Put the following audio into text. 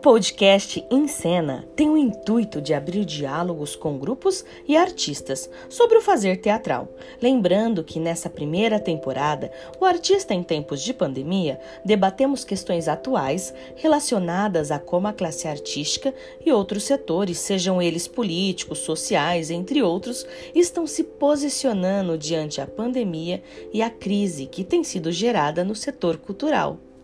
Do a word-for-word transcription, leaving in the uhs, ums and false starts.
podcast Em Cena tem o intuito de abrir diálogos com grupos e artistas sobre o fazer teatral. Lembrando que nessa primeira temporada, o Artista em Tempos de Pandemia, debatemos questões atuais relacionadas a como a classe artística e outros setores, sejam eles políticos, sociais, entre outros, estão se posicionando diante a pandemia e a crise que tem sido gerada no setor cultural.